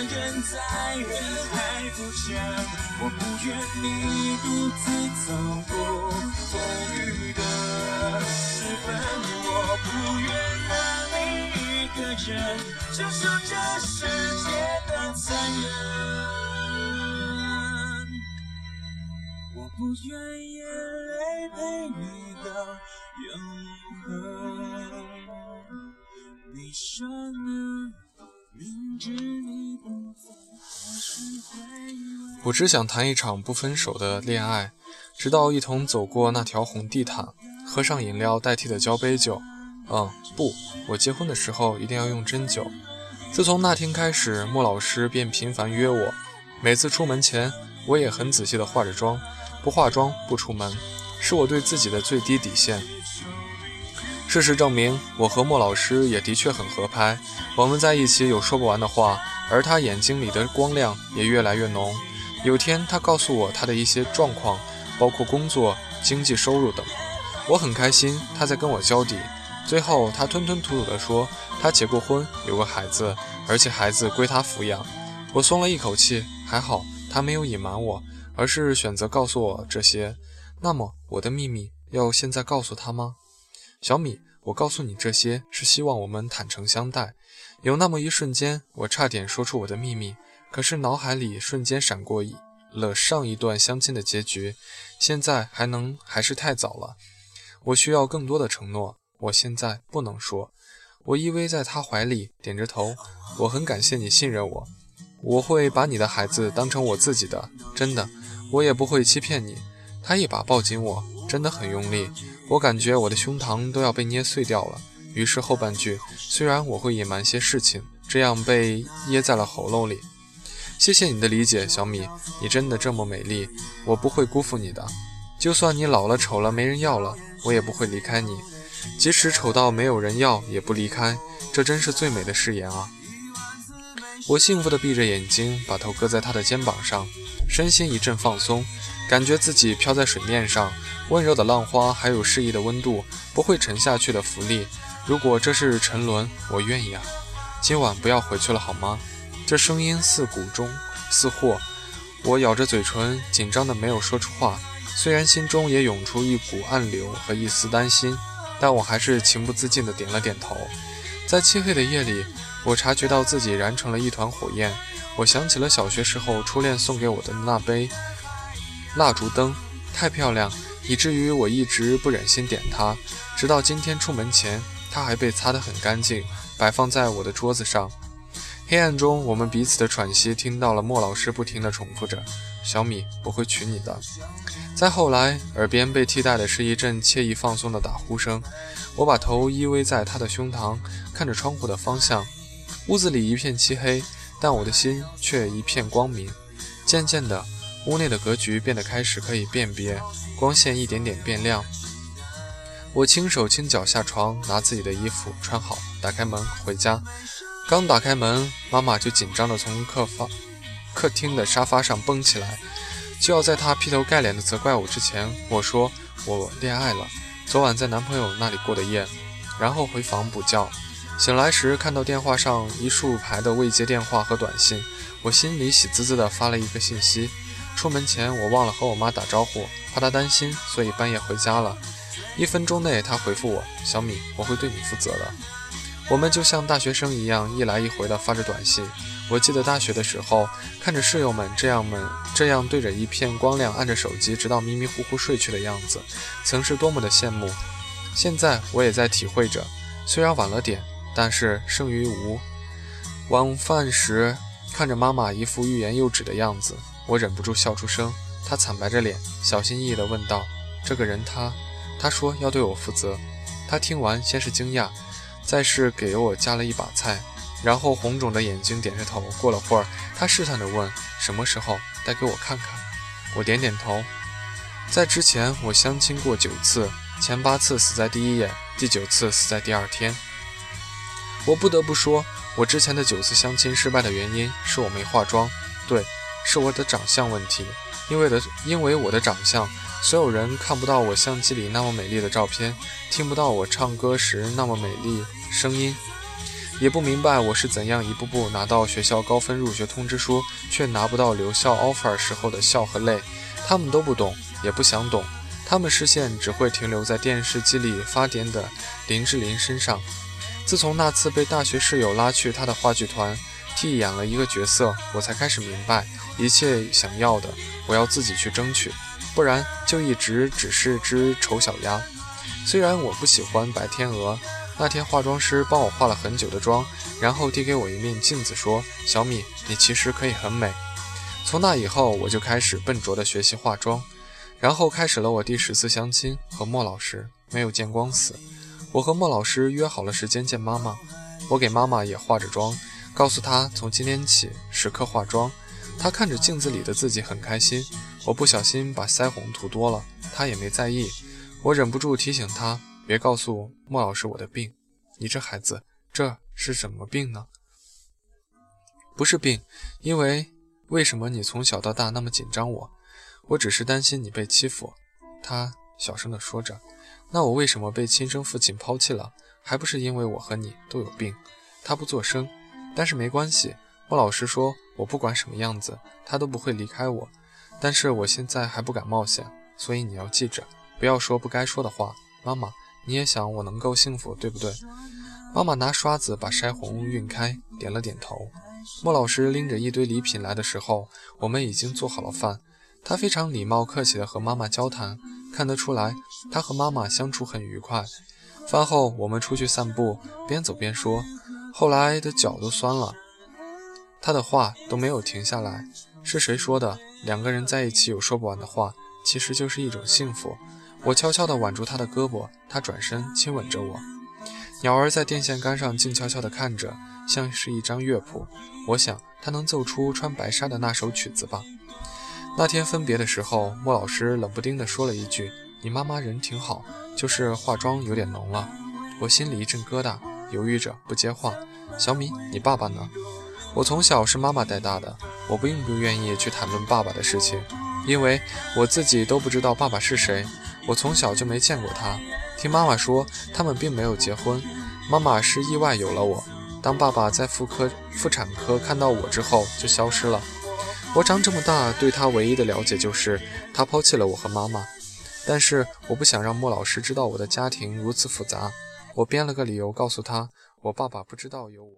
人在人海浮沉，我不愿你独自走过风雨的时分，我不愿让你一个人承受这世界的残忍，我不愿眼泪陪你到永恒，你说呢？明知你不在，还是会我只想谈一场不分手的恋爱，直到一同走过那条红地毯，喝上饮料代替的交杯酒。不，我结婚的时候一定要用真酒。自从那天开始，莫老师便频繁约我，每次出门前，我也很仔细地化着妆，不化妆不出门，是我对自己的最低底线。事实证明，我和莫老师也的确很合拍，我们在一起有说不完的话，而他眼睛里的光亮也越来越浓。有天他告诉我他的一些状况，包括工作、经济收入等，我很开心他在跟我交底。最后他吞吞吐吐地说他结过婚，有个孩子，而且孩子归他抚养。我松了一口气，还好他没有隐瞒我，而是选择告诉我这些。那么我的秘密要现在告诉他吗？小米，我告诉你这些是希望我们坦诚相待。有那么一瞬间，我差点说出我的秘密，可是脑海里瞬间闪过了上一段相亲的结局，现在还是太早了。我需要更多的承诺，我现在不能说。我依偎在他怀里，点着头。我很感谢你信任我，我会把你的孩子当成我自己的，真的，我也不会欺骗你。他一把抱紧我，真的很用力，我感觉我的胸膛都要被捏碎掉了。于是后半句，虽然我会隐瞒些事情，这样被噎在了喉咙里。谢谢你的理解，小米，你真的这么美丽，我不会辜负你的。就算你老了丑了没人要了，我也不会离开你。即使丑到没有人要也不离开，这真是最美的誓言啊。我幸福地闭着眼睛，把头搁在他的肩膀上，身心一阵放松，感觉自己飘在水面上，温柔的浪花还有适宜的温度，不会沉下去的浮力。如果这是沉沦，我愿意啊。今晚不要回去了好吗？这声音似鼓中似惑，我咬着嘴唇，紧张的没有说出话，虽然心中也涌出一股暗流和一丝担心，但我还是情不自禁地点了点头。在漆黑的夜里，我察觉到自己燃成了一团火焰。我想起了小学时候初恋送给我的那杯蜡烛灯，太漂亮，以至于我一直不忍心点它，直到今天出门前，它还被擦得很干净，摆放在我的桌子上。黑暗中，我们彼此的喘息听到了莫老师不停地重复着：小米，我会娶你的。再后来，耳边被替代的是一阵惬意放松的打呼声。我把头依偎在他的胸膛，看着窗户的方向。屋子里一片漆黑，但我的心却一片光明。渐渐的，屋内的格局变得开始可以辨别，光线一点点变亮。我轻手轻脚下床，拿自己的衣服穿好，打开门回家。刚打开门，妈妈就紧张地从客厅的沙发上蹦起来，就要在她劈头盖脸地责怪我之前，我说我恋爱了，昨晚在男朋友那里过的夜，然后回房补觉。醒来时看到电话上一竖排的未接电话和短信，我心里喜滋滋地发了一个信息。出门前我忘了和我妈打招呼，怕她担心，所以半夜回家了。1分钟内她回复我：小米，我会对你负责的。我们就像大学生一样，一来一回地发着短信。我记得大学的时候，看着室友们这样对着一片光亮按着手机，直到迷迷糊糊睡去的样子，曾是多么的羡慕。现在我也在体会着，虽然晚了点，但是胜于无。晚饭时看着妈妈一副欲言又止的样子，我忍不住笑出声。她惨白着脸，小心翼翼地问道：这个人他说要对我负责。她听完先是惊讶，再是给我夹了一把菜，然后红肿的眼睛点着头。过了会儿，她试探地问：什么时候带给我看看？我点点头。在之前我相亲过9次，前8次死在第1眼，第9次死在第2天。我不得不说，我之前的9次相亲失败的原因是我没化妆，对，是我的长相问题。因为我的长相，所有人看不到我相机里那么美丽的照片，听不到我唱歌时那么美丽声音。 也不明白我是怎样一步步拿到学校高分入学通知书，却拿不到留校 offer 时候的笑和泪。他们都不懂，也不想懂，他们视线只会停留在电视机里发癫的林志玲身上。自从那次被大学室友拉去他的话剧团替演了一个角色，我才开始明白，一切想要的我要自己去争取，不然就一直只是只丑小鸭。虽然我不喜欢白天鹅，那天化妆师帮我化了很久的妆，然后递给我一面镜子说，小米，你其实可以很美。从那以后我就开始笨拙地学习化妆，然后开始了我第10次相亲，和莫老师没有见光死。我和莫老师约好了时间见妈妈，我给妈妈也化着妆，告诉她从今天起时刻化妆。她看着镜子里的自己很开心，我不小心把腮红涂多了，她也没在意。我忍不住提醒她，别告诉莫老师我的病。你这孩子，这是什么病呢？不是病，因为什么你从小到大那么紧张我？我只是担心你被欺负。她小声地说着。那我为什么被亲生父亲抛弃了？还不是因为我和你都有病。他不作声，但是没关系。莫老师说，我不管什么样子，他都不会离开我。但是我现在还不敢冒险，所以你要记着，不要说不该说的话。妈妈，你也想我能够幸福，对不对？妈妈拿刷子把腮红晕开，点了点头。莫老师拎着一堆礼品来的时候，我们已经做好了饭。他非常礼貌客气地和妈妈交谈，看得出来他和妈妈相处很愉快。饭后我们出去散步，边走边说，后来的脚都酸了。他的话都没有停下来。是谁说的？两个人在一起有说不完的话，其实就是一种幸福。我悄悄地挽住他的胳膊，他转身亲吻着我。鸟儿在电线杆上静悄悄地看着，像是一张乐谱。我想他能奏出穿白纱的那首曲子吧。那天分别的时候，莫老师冷不丁地说了一句，你妈妈人挺好，就是化妆有点浓了。我心里一阵疙瘩，犹豫着不接话。小米，你爸爸呢？我从小是妈妈带大的，我并不愿意去谈论爸爸的事情，因为我自己都不知道爸爸是谁，我从小就没见过他。听妈妈说，他们并没有结婚，妈妈是意外有了我。当爸爸在妇产科看到我之后，就消失了。我长这么大，对他唯一的了解就是他抛弃了我和妈妈。但是我不想让莫老师知道我的家庭如此复杂，我编了个理由告诉他，我爸爸不知道有我。